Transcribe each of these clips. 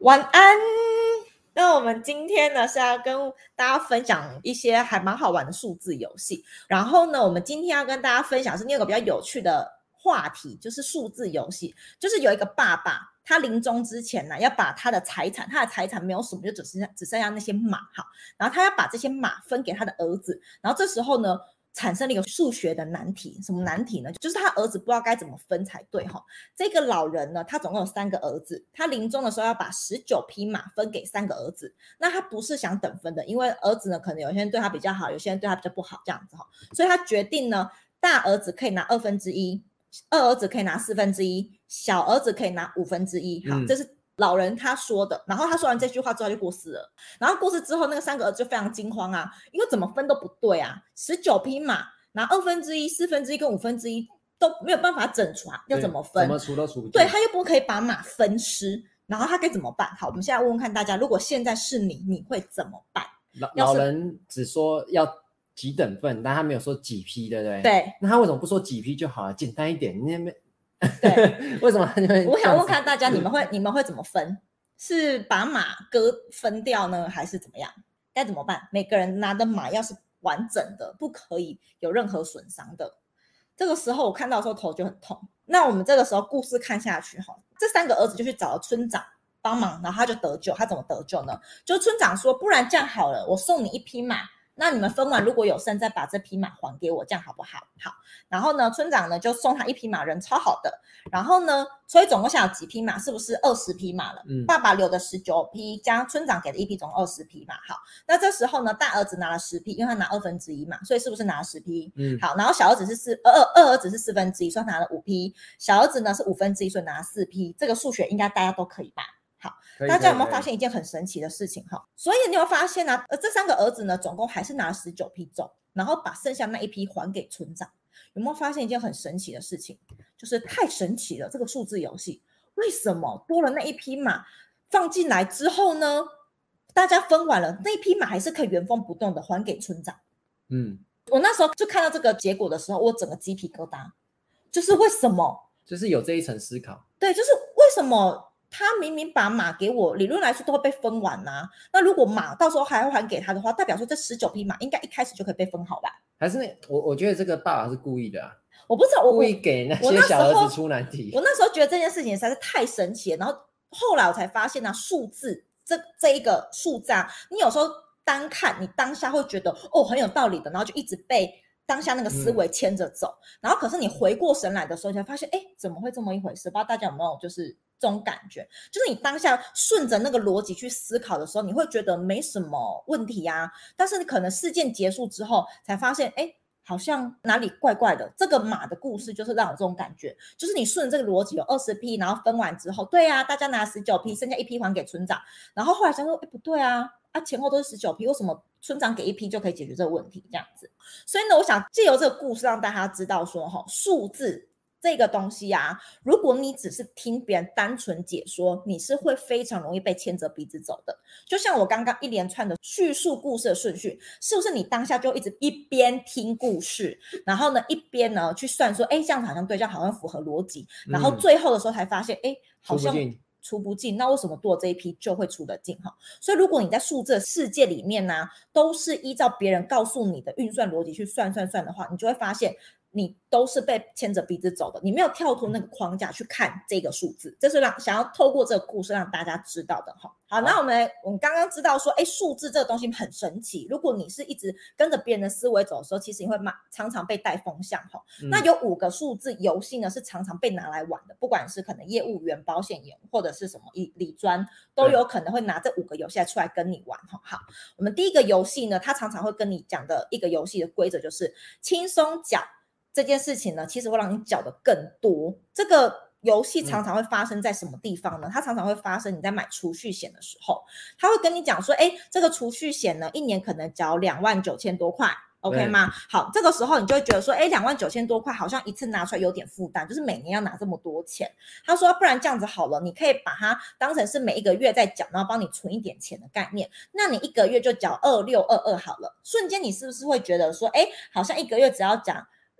晚安。那我们今天呢是要跟大家分享一些还蛮好玩的数字游戏。然后呢，我们今天要跟大家分享是另一个比较有趣的话题，就是数字游戏。就是有一个爸爸，他临终之前呢，要把他的财产没有什么，就只剩下那些马哈，然后他要把这些马分给他的儿子。然后这时候呢，产生了一个数学的难题。什么难题呢？就是他儿子不知道该怎么分才对哈。这个老人呢，他总共有3个儿子，他临终的时候要把19匹马分给3个儿子。那他不是想等分的，因为儿子呢，可能有些人对他比较好，有些人对他比较不好，这样子哈。所以他决定呢，大儿子可以拿1/2，二儿子可以拿1/4，小儿子可以拿1/5。好，这是老人他说的。然后他说完这句话之后就过世了。然后过世之后，那个3个儿子就非常惊慌啊，因为怎么分都不对啊，19匹马拿1/2、1/4跟1/5都没有办法整除啊，要怎么分？ 怎么除都除不进。 对，他又不可以把马分尸，然后他该怎么办？好，我们现在问问看大家，如果现在是你会怎么办？ 老人只说要几等份，但他没有说几批，对不对？ 对。 那他为什么不说几批就好了？简单一点，你对， 为什么你会？ 我想问看大家，你们会怎么分？是把马割分掉呢，还是怎么样？该怎么办？每个人拿的马要是完整的，不可以有任何损伤的。这个时候我看到的时候头就很痛。那我们这个时候故事看下去哈，这3个儿子就去找了村长帮忙，然后他就得救。他怎么得救呢？就村长说，不然这样好了，我送你1匹马，那你们分完如果有剩，再把这匹马还给我，这样好不好？好。然后呢，村长呢就送他1匹马，人超好的。然后呢，所以总共现在有几匹马？是不是20匹马了？爸爸留的19匹，加村长给的1匹，总共20匹马。好，那这时候呢，大儿子拿了10匹，因为他拿1/2嘛，所以是不是拿了10匹？好，然后小儿子是二儿子是4/4，所以他拿了5匹。小儿子呢是5/4，所以拿了4匹。这个数学应该大家都可以吧？好，大家有没有发现一件很神奇的事情哈？所以你有没有发现呢？这3个儿子呢，总共还是拿了19匹走，然后把剩下那1匹还给村长。有没有发现一件很神奇的事情？就是太神奇了，这个数字游戏为什么多了那1匹马放进来之后呢，大家分完了，那1匹马还是可以原封不动的还给村长。我那时候就看到这个结果的时候，我整个鸡皮疙瘩，就是为什么？ 就是有这一层思考。 对，就是为什么他明明把马给我，理论来说都会被分完啊。那如果马到时候还会还给他的话，代表说这19匹马应该一开始就可以被分好吧？ 还是我觉得这个爸爸是故意的啊。 我不知道， 故意给那些小儿子出难题。 我那时候觉得这件事情实在是太神奇了。然后后来我才发现啊，数字这一个数字啊，你有时候单看，你当下会觉得很有道理的，然后就一直被当下那个思维牵着走。然后可是你回过神来的时候，你才发现，怎么会这么一回事？不知道大家有没有就是这种感觉，就是你当下顺着那个逻辑去思考的时候，你会觉得没什么问题啊。但是你可能事件结束之后才发现，好像哪里怪怪的。这个马的故事就是让我这种感觉，就是你顺着这个逻辑有20匹，然后分完之后，对啊，大家拿19匹，剩下1匹还给村长。然后后来想说，不对啊，前后都是19匹，为什么村长给1匹就可以解决这个问题？这样子。所以呢，我想借由这个故事让大家知道说，数字这个东西啊，如果你只是听别人单纯解说，你是会非常容易被牵着鼻子走的。就像我刚刚一连串的叙述故事的顺序，是不是你当下就一边听故事，然后呢一边呢去算说，这样好像对，这样好像符合逻辑，然后最后的时候才发现，好像出不进，那为什么多这一批就会出得进哈？所以如果你在数字的世界里面呢，都是依照别人告诉你的运算逻辑去算的话，你就会发现你都是被牵着鼻子走的，你没有跳脱那个框架去看这个数字。这是想要透过这个故事让大家知道的哈。好，那我们刚刚知道说，数字这个东西很神奇。如果你是一直跟着别人的思维走的时候，其实你会常常被带风向哈。那有5个数字游戏呢，是常常被拿来玩的，不管是可能业务员、保险员，或者是什么理专，都有可能会拿这5个游戏出来跟你玩哈。好，我们第一个游戏呢，它常常会跟你讲的一个游戏的规则就是轻松缴。这件事情呢，其实会让你缴的更多。这个游戏常常会发生在什么地方呢？它常常会发生你在买储蓄险的时候，它会跟你讲说，这个储蓄险呢，一年可能缴29000多块。OK 吗？好，这个时候你就会觉得说，29000多块好像一次拿出来有点负担，就是每年要拿这么多钱。他说，不然这样子好了，你可以把它当成是每一个月在缴，然后帮你存一点钱的概念。那你一个月就缴2622好了，瞬间你是不是会觉得说，好像一个月只要讲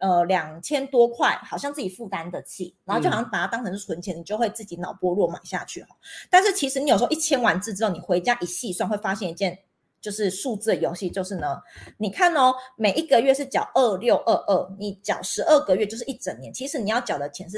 2000多块，好像自己负担得起，然后就好像把它当成是存钱，你就会自己脑波弱买下去。但是其实你有时候签完字之后，你回家一细算，会发现一件就是数字的游戏，就是呢，你看哦，每一个月是缴2622，你缴12个月就是一整年，其实你要缴的钱是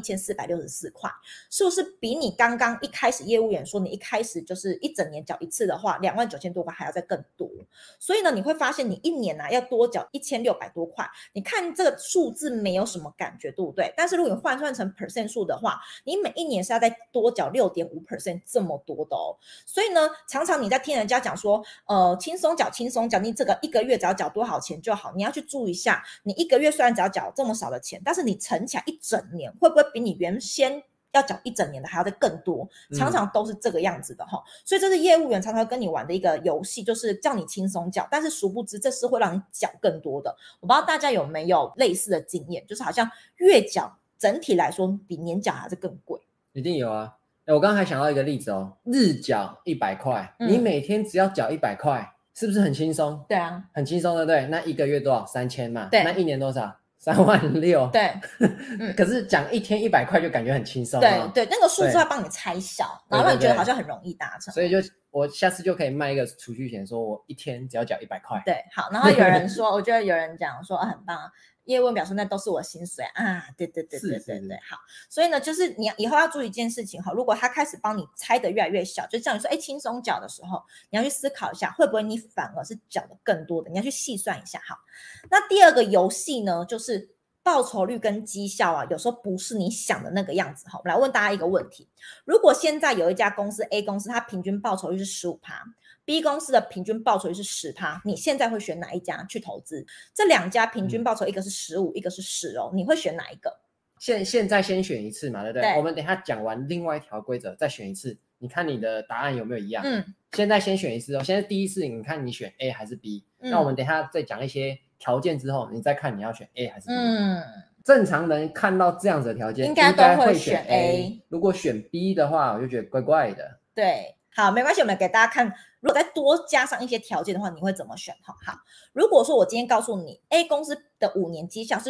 31464块，是不是比你刚刚一开始业务员说你一开始就是一整年缴一次的话，29000多块还要再更多？所以呢，你会发现你一年要多缴1600多块，你看这个数字没有什么感觉，对不对？但是如果你换算成 percent 数的话，你每一年是要再多缴6.5% 这么多的哦。所以呢，常常你在听人家讲说，轻松缴，你这个一个月只要缴多少钱就好，你要去注意一下，你一个月虽然只要缴这么少的钱，但是你乘起来一整年，会不会比你原先要缴一整年的还要再更多？常常都是这个样子的哈。所以这是业务员常常跟你玩的一个游戏，就是叫你轻松缴，但是殊不知这是会让你缴更多的。我不知道大家有没有类似的经验，就是好像月缴整体来说比年缴还是更贵。 一定有啊。我刚刚还想到一个例子哦，日缴100块，你每天只要缴100块，是不是很轻松？ 对啊， 很轻松的，对。那一个月多少？3000嘛。 对。 那一年多少？36000。 对。 可是讲一天100块就感觉很轻松。 对对，那个数字会帮你拆小，然后让你觉得好像很容易达成。 所以就我下次就可以卖一个储蓄险，说我一天只要缴100块。 对，好。然后有人说，我觉得有人讲说，很棒啊。业务员表示那都是我薪水啊，对，好，所以呢，就是你以后要注意一件事情哈，如果他开始帮你拆的越来越小，就像你说，轻松缴的时候，你要去思考一下，会不会你反而是缴的更多的，你要去细算一下。好，那第二个游戏呢，就是报酬率跟绩效啊，有时候不是你想的那个样子。好，我们来问大家一个问题，如果现在有一家公司 A 公司，它平均报酬率是15%，B 公司的平均报酬率是10%，你现在会选哪一家去投资？这两家平均报酬一个是15，一个是10哦，你会选哪一个？ 现在先选一次嘛，对不对？ 对， 我们等一下讲完另外一条规则再选一次，你看你的答案有没有一样？现在先选一次哦。现在第一次你看你选 A 还是 B？那我们等一下再讲一些条件之后，你再看你要选 A 还是 B。正常人看到这样子的条件，应该都会选 A。如果选 B 的话，我就觉得怪怪的。 对，好，没关系，我们给大家看，如果再多加上一些条件的话，你会怎么选？好，如果说我今天告诉你 A 公司的5年绩效是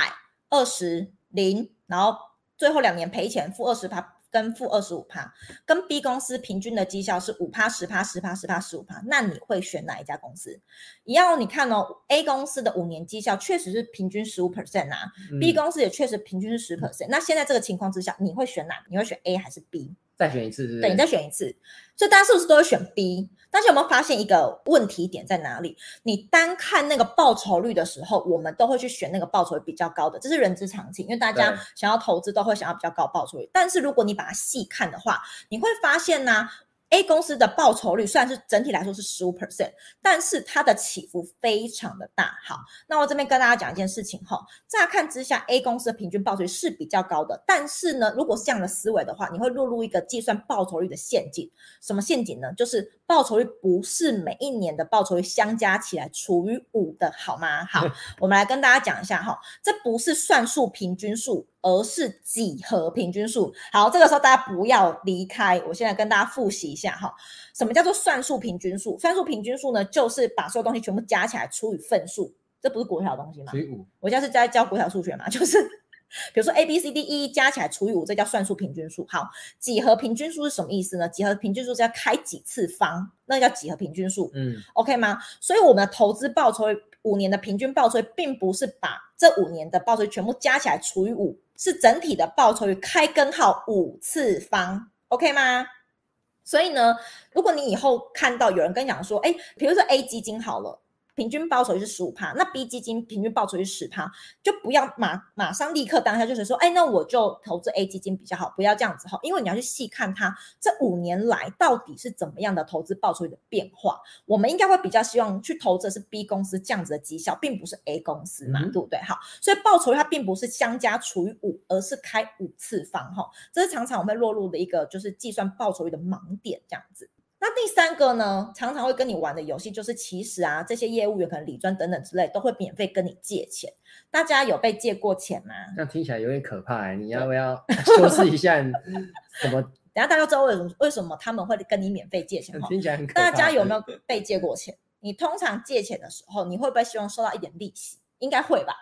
100、20、0，然后最后2年赔钱，负20%跟负25%，跟 B 公司平均的绩效是5%、10%、10%、10%、15%，那你会选哪一家公司？一样哦，你看哦 ，A 公司的5年绩效确实是平均15% 啊，B 公司也确实平均是10%。那现在这个情况之下，你会选哪？你会选 A 还是 B？ 再选一次是不是？ 对，你再选一次。所以大家是不是都会选 B？ 但是有没有发现一个问题点在哪里？你单看那个报酬率的时候，我们都会去选那个报酬率比较高的，这是人之常情，因为大家想要投资都会想要比较高报酬率。但是如果你把它细看的话，你会发现呢，A 公司的报酬率虽然是整体来说是15%，但是它的起伏非常的大。好，那我这边跟大家讲一件事情哈，乍看之下 A 公司的平均报酬率是比较高的，但是呢，如果是这样的思维的话，你会落入一个计算报酬率的陷阱。什么陷阱呢？就是报酬率不是每一年的报酬率相加起来除以5的，好吗？好，我们来跟大家讲一下哈，这不是算术平均数，而是几何平均数。好，这个时候大家不要离开，我现在跟大家复习一下哈，什么叫做算术平均数？算术平均数呢，就是把所有东西全部加起来除以份数，这不是国小的东西吗？ 除以5。 我现在是在教国小数学嘛，就是比如说 A B C D E 加起来除以5，这叫算术平均数。好，几何平均数是什么意思呢？几何平均数是要开几次方，那叫几何平均数。OK 吗？所以我们的投资报酬率5年的平均报酬率，并不是把这5年的报酬率全部加起来除以5，是整体的报酬率开根号5次方。OK 吗？所以呢，如果你以后看到有人跟你讲说，比如说 A 基金好了，平均报酬率是15%，那 B 基金平均报酬率是10%，就不要马上立刻当下就是说，那我就投资 A 基金比较好，不要这样子哈，因为你要去细看它这5年来到底是怎么样的投资报酬率的变化。我们应该会比较希望去投资的是 B 公司这样子的绩效，并不是 A 公司嘛，对不对？好，所以报酬率它并不是相加除以5，而是开5次方哈，这是常常我们会落入的一个就是计算报酬率的盲点这样子。那第3个呢，常常会跟你玩的游戏就是，其实啊，这些业务员可能理专等等之类都会免费跟你借钱。大家有被借过钱吗？ 那听起来有点可怕，你要不要修饰一下什么？ 等下大家知道为什么他们会跟你免费借钱？ 听起来很可怕。 大家有没有被借过钱？你通常借钱的时候，你会不会希望收到一点利息？应该会吧。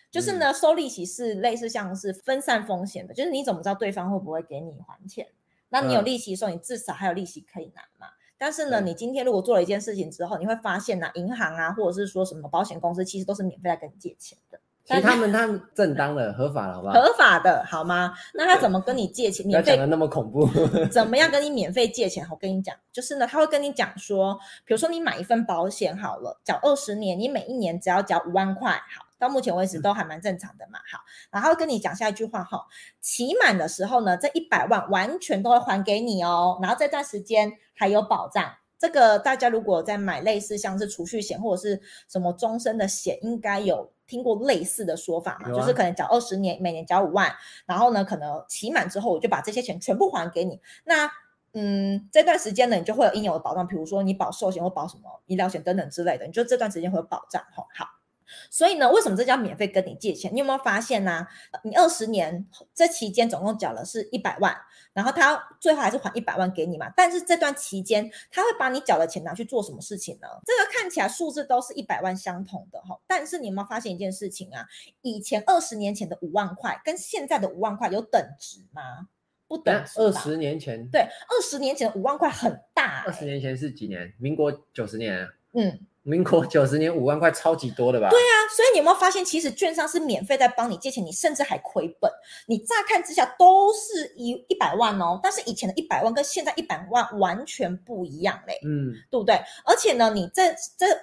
就是呢，收利息是类似像是分散风险的，就是你怎么知道对方会不会给你还钱？那你有利息的时候，你至少还有利息可以拿嘛。但是呢，你今天如果做了一件事情之后，你会发现呢，银行啊，或者是说什么保险公司，其实都是免费来跟你借钱的。 其实他们正当的、合法的，好不好？ 合法的，好吗？那他怎么跟你借钱？免费不要讲的那么恐怖。 怎么样跟你免费借钱？我跟你讲，就是呢，他会跟你讲说，比如说你买一份保险好了，缴20年，你每一年只要缴5万块，好，到目前为止都还蛮正常的嘛，好。然后他会跟你讲下一句话哈，期满的时候呢，这100万完全都会还给你哦，然后这段时间还有保障。这个大家如果在买类似像是储蓄险或者是什么终身的险，应该有听过类似的说法嘛，就是可能缴20年，每年缴5万，然后呢可能期满之后我就把这些钱全部还给你。那这段时间呢你就会有应有的保障，比如说你保寿险或保什么医疗险等等之类的，你就这段时间会有保障。好，所以呢，为什么这叫免费跟你借钱？你有没有发现呢？你20年这期间总共缴了是100万，然后他最后还是还100万给你嘛？但是这段期间他会把你缴的钱拿去做什么事情呢？这个看起来数字都是100万相同的哈，但是你有没有发现一件事情啊？以前20年前的5万块跟现在的5万块有等值吗？不等值。 20年前， 对，20年前的5万块很大 20年前是几年？民国90年。 民国90年5万块超级多的吧？ 对啊，所以你有没有发现，其实券商是免费在帮你借钱，你甚至还亏本。你乍看之下都是100万哦，但是以前的100万跟现在100万完全不一样嘞，对不对？而且呢，你这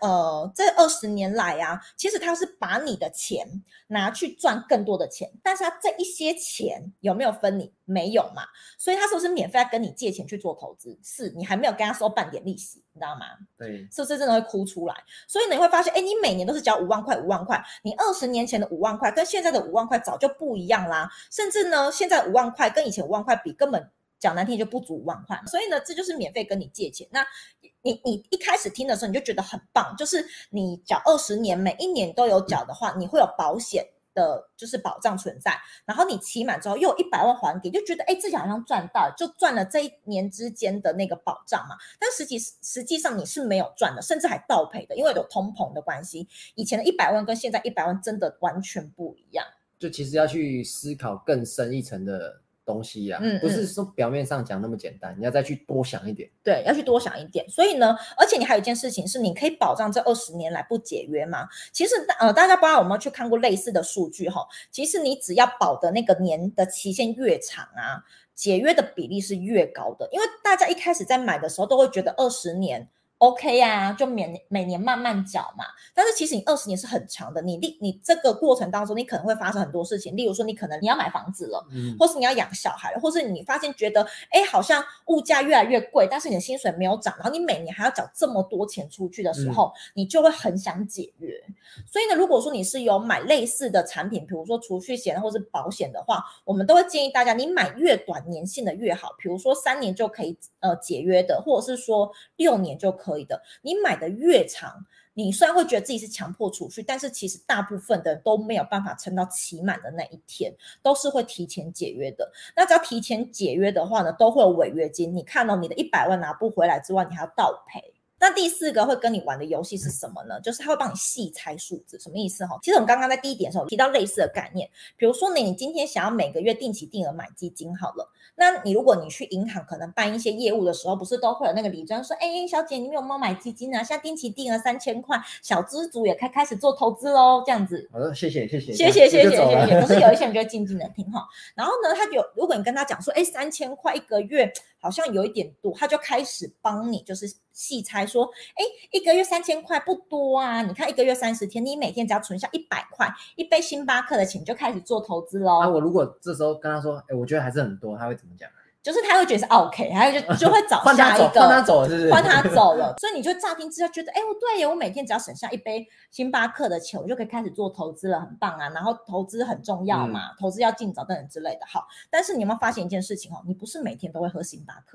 20年来啊，其实他是把你的钱拿去赚更多的钱，但是他这一些钱有没有分你？没有嘛，所以他是不是免费在跟你借钱去做投资？是，你还没有跟他收半点利息，你知道吗？ 对， 是不是真的会哭出来？所以你会发现，你每年都是缴5万块，5万块，你20年前的5万块跟现在的5万块早就不一样啦，甚至呢，现在5万块跟以前5万块比，根本讲难听就不足5万块。所以呢，这就是免费跟你借钱。那你一开始听的时候，你就觉得很棒，就是你缴20年，每一年都有缴的话，你会有保险的就是保障存在，然后你期满之后又有100万还给，就觉得自己好像赚到，就赚了这一年之间的那个保障嘛。但实际上你是没有赚的，甚至还倒赔的，因为有通膨的关系。以前的100万跟现在100万真的完全不一样。 就其实要去思考更深一层的东西啊，不是说表面上讲那么简单，你要再去多想一点。 对，要去多想一点。所以呢，而且你还有一件事情是，你可以保障这20年来不解约吗？其实大家不知道有没有去看过类似的数据哈？其实你只要保的那个年的期限越长啊，解约的比例是越高的。因为大家一开始在买的时候都会觉得20年。OK 啊，就每年慢慢缴嘛。但是其实你20年是很长的，你这个过程当中，你可能会发生很多事情。例如说，你可能你要买房子了，或是你要养小孩了，或是你发现觉得，好像物价越来越贵，但是你的薪水没有涨，然后你每年还要缴这么多钱出去的时候，你就会很想解约。所以呢，如果说你是有买类似的产品，比如说储蓄险或是保险的话，我们都会建议大家，你买越短年限的越好，比如说3年就可以解约的，或者是说6年就可以的。你买的越长，你虽然会觉得自己是强迫储蓄，但是其实大部分的人都没有办法撑到期满的那一天，都是会提前解约的。那只要提前解约的话呢，都会有违约金。你看到你的100万拿不回来之外，你还要倒赔。那第4个会跟你玩的游戏是什么呢？就是他会帮你细猜数字。什么意思？其实我们刚刚在第1点的时候提到类似的概念，比如说你今天想要每个月定期定额买基金好了，那如果你去银行可能办一些业务的时候，不是都会有那个理专说，小姐你有没有买基金啊？现在定期定额3000块，小资族也开始做投资咯，这样子。 好的，谢谢。 可是有一些人就会静静的听哈。然后呢，如果你跟他讲说，3000块1个月好像有一点多，他就开始帮你就是细猜说，1个月3000块不多啊，你看1个月30天，你每天只要存下100块，一杯星巴克的钱就开始做投资咯。 我如果这时候跟他说，我觉得还是很多，他会怎么讲？ 就是他会觉得是 OK， 他就会找下一个换他走了，是不是？ 换他走了，所以你就乍听之下觉得，对耶，我每天只要省下一杯星巴克的钱，我就可以开始做投资了，很棒啊。然后投资很重要嘛，投资要尽早等等之类的。好，但是你有没有发现一件事情你不是每天都会喝星巴克？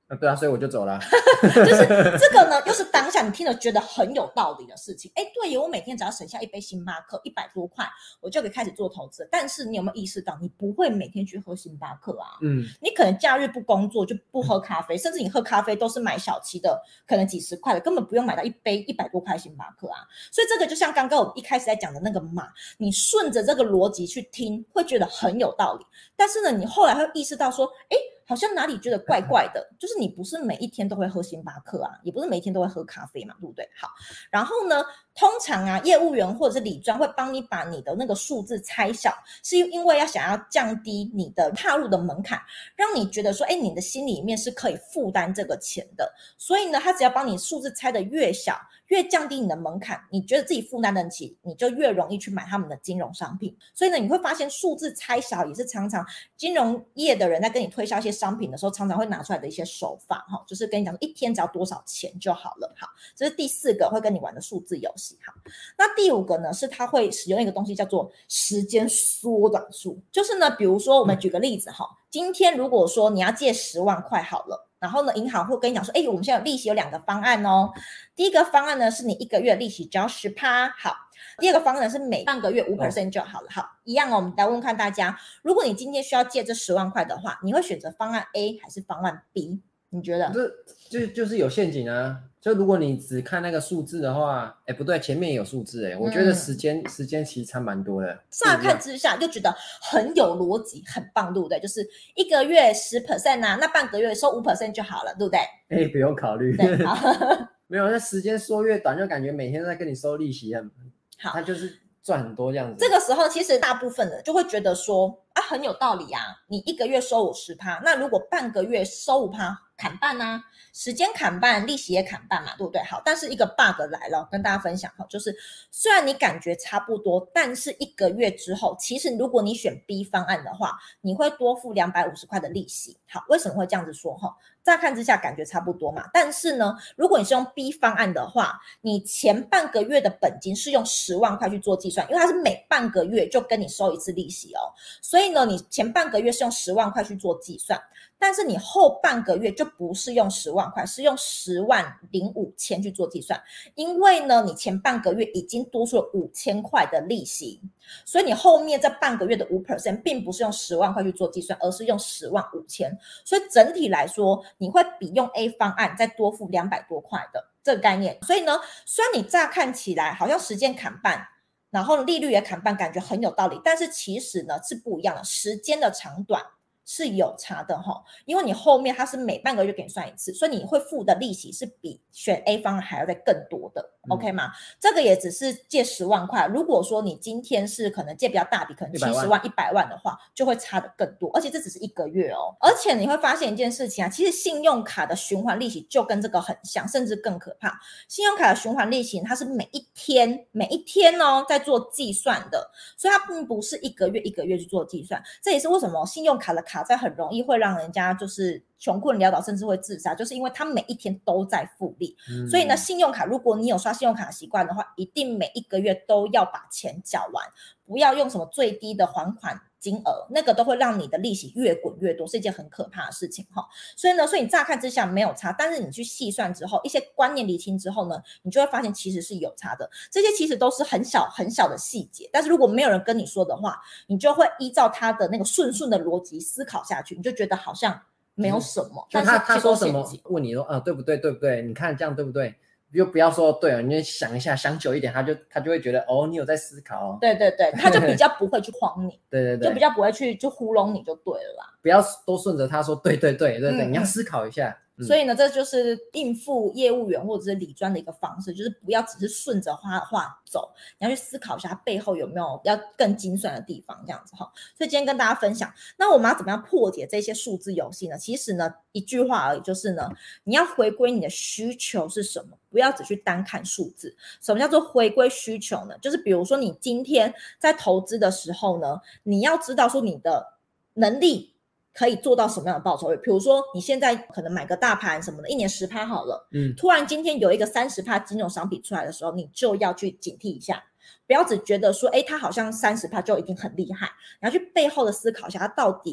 对啊，所以我就走了。 就是这个呢，又是当下你听了觉得很有道理的事情。哎，对耶，我每天只要省下一杯星巴克100多块，我就可以开始做投资。但是你有没有意识到，你不会每天去喝星巴克啊？你可能假日不工作就不喝咖啡，甚至你喝咖啡都是买小七的，可能几十块的，根本不用买到一杯100多块星巴克啊。所以这个就像刚刚我一开始在讲的那个码，你顺着这个逻辑去听，会觉得很有道理。但是呢，你后来会意识到说，哎，好像哪里觉得怪怪的，就是你不是每一天都会喝星巴克啊，也不是每一天都会喝咖啡嘛，对不对？好，然后呢，通常啊，业务员或者是理专会帮你把你的那个数字拆小，是因为想要降低你的踏入的门槛，让你觉得说，哎，你的心里面是可以负担这个钱的。所以呢，他只要帮你数字拆得越小，越降低你的门槛，你觉得自己负担得起，你就越容易去买他们的金融商品。所以呢，你会发现数字拆小也是常常金融业的人在跟你推销一些商品的时候，常常会拿出来的一些手法，就是跟你讲一天只要多少钱就好了。好，这是第4个会跟你玩的数字游戏。好，那第5个呢，是他会使用一个东西叫做时间缩短术，就是呢，比如说我们举个例子哈，今天如果说你要借10万块好了。然后呢，银行会跟你讲说，哎，我们现在有利息有2个方案哦。第一个方案呢，是你1个月利息只要10%，好。第二个方案呢，是每半个月5% 就好了。好，一样哦。我们来问看大家，如果你今天需要借这10万块的话，你会选择方案 A 还是方案 B？ 你觉得？ 就是有陷阱啊。就如果你只看那个数字的话，不对，前面也有数字我觉得时间其实差蛮多的。 乍看之下就觉得很有逻辑，很棒，对不对？就是1个月10% 啊，那半个月收5% 就好了，对不对？ 不用考虑。 对，好。 没有，那时间缩越短，就感觉每天都在跟你收利息，好，他就是赚很多这样子。 这个时候其实大部分的就会觉得说啊，很有道理啊，你1个月收我10%，那如果半个月收5%，砍半啊，时间砍半，利息也砍半嘛，对不对？好，但是一个 bug 来了，跟大家分享哈，就是虽然你感觉差不多，但是1个月之后，其实如果你选 B 方案的话，你会多付250块的利息。好，为什么会这样子说哈？乍看之下感觉差不多嘛，但是呢，如果你是用 B 方案的话，你前半个月的本金是用10万块去做计算，因为它是每半个月就跟你收一次利息哦，所以呢，你前半个月是用10万块去做计算，但是你后半个月就不是用10万块，是用10万05千去做计算，因为呢，你前半个月已经多出了5000块的利息，所以你后面这半个月的5%并不是用10万块去做计算，而是用10万5千，所以整体来说，你会比用 A 方案再多付200多块的这个概念。所以呢，虽然你乍看起来好像时间砍半，然后利率也砍半，感觉很有道理，但是其实呢是不一样的，时间的长短是有差的哈，因为你后面它是每半个月给你算一次，所以你会付的利息是比选 A 方案还要再更多的。OK 吗？这个也只是借10万块，如果说你今天是可能借比较大笔，可能70万、100万的话，就会差的更多，而且这只是1个月哦。而且你会发现一件事情啊，其实信用卡的循环利息就跟这个很像，甚至更可怕。信用卡的循环利息它是每一天哦在做计算的，所以它并不是1个月1个月去做计算。这也是为什么信用卡的卡债很容易会让人家就是穷困潦倒，甚至会自杀，就是因为他每一天都在复利。所以呢，信用卡如果你有刷信用卡的习惯的话，一定每1个月都要把钱缴完，不要用什么最低的还款金额，那个都会让你的利息越滚越多，是一件很可怕的事情哈。所以你乍看之下没有差，但是你去细算之后，一些观念厘清之后呢，你就会发现其实是有差的。这些其实都是很小很小的细节，但是如果没有人跟你说的话，你就会依照他的那个顺的逻辑思考下去，你就觉得好像没有什么。 就他说什么，问你说对不对？对不对？你看这样对不对？就不要说对了，你就想一下，想久一点，他就会觉得你有在思考哦。 对对对，他就比较不会去诓你。 对对对， 就比较不会去就糊弄你就对了啦。 不要都顺着他说对对对对对，你要思考一下。 所以呢，这就是应付业务员或者是理专的一个方式，就是不要只是顺着话走，你要去思考一下它背后有没有要更精算的地方，这样子哈。所以今天跟大家分享，那我们要怎么样破解这些数字游戏呢？其实呢，一句话而已，就是呢，你要回归你的需求是什么，不要只去单看数字。什么叫做回归需求呢？就是比如说你今天在投资的时候呢，你要知道说你的能力可以做到什么样的报酬率？比如说你现在可能买个大盘什么的，1年10%好了，突然今天有一个30%金融商品出来的时候，你就要去警惕一下，不要只觉得说，它好像30%就一定很厉害，你要去背后的思考一下，它到底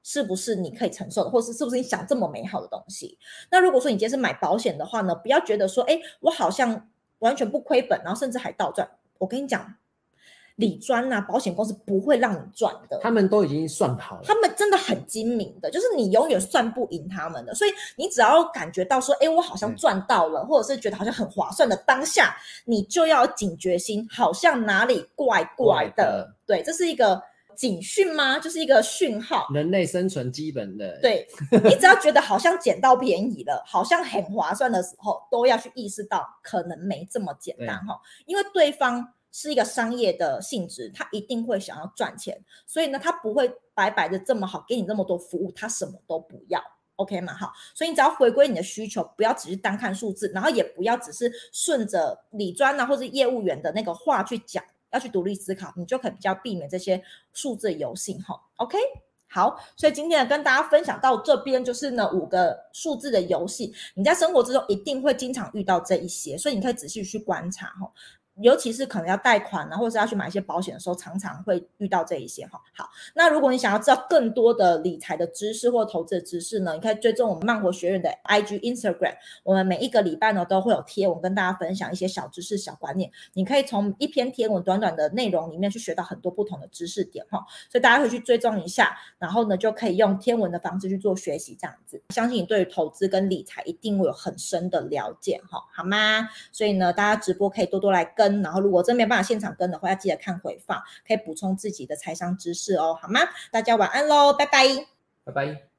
是不是你可以承受的，或是不是你想这么美好的东西。那如果说你今天是买保险的话呢，不要觉得说我好像完全不亏本，然后甚至还倒赚。我跟你讲，理专啊保险公司不会让你赚的， 他们都已经算好了， 他们真的很精明的，就是你永远算不赢他们的。所以你只要感觉到说我好像赚到了，或者是觉得好像很划算的当下，你就要有警觉心，好像哪里怪怪的。对，这是一个警讯吗？就是一个讯号， 人类生存基本的。 对，你只要觉得好像捡到便宜了，好像很划算的时候，都要去意识到可能没这么简单哈，因为对方是一个商业的性质，他一定会想要赚钱，所以呢，他不会白白的这么好给你那么多服务，他什么都不要。OK 吗？好，所以你只要回归你的需求，不要只是单看数字，然后也不要只是顺着理专啊或者业务员的那个话去讲，要去独立思考，你就可以比较避免这些数字游戏哈。OK， 好，所以今天呢跟大家分享到这边，就是呢5个数字的游戏，你在生活之中一定会经常遇到这一些，所以你可以仔细去观察哈。尤其是可能要贷款啊，或者是要去买一些保险的时候，常常会遇到这一些哈。好，那如果你想要知道更多的理财的知识或投资的知识呢，你可以追踪我们慢活学院的 IG、Instagram， 我们每一个礼拜呢都会有贴文跟大家分享一些小知识、小观念，你可以从一篇贴文短短的内容里面去学到很多不同的知识点哈。所以大家会去追踪一下，然后呢就可以用天文的方式去做学习，这样子，相信你对于投资跟理财一定会有很深的了解哈，好吗？所以呢，大家直播可以多多来跟。然后如果真没办法现场跟的话，要记得看回放，可以补充自己的财商知识哦，好吗？大家晚安咯，拜拜， 拜拜。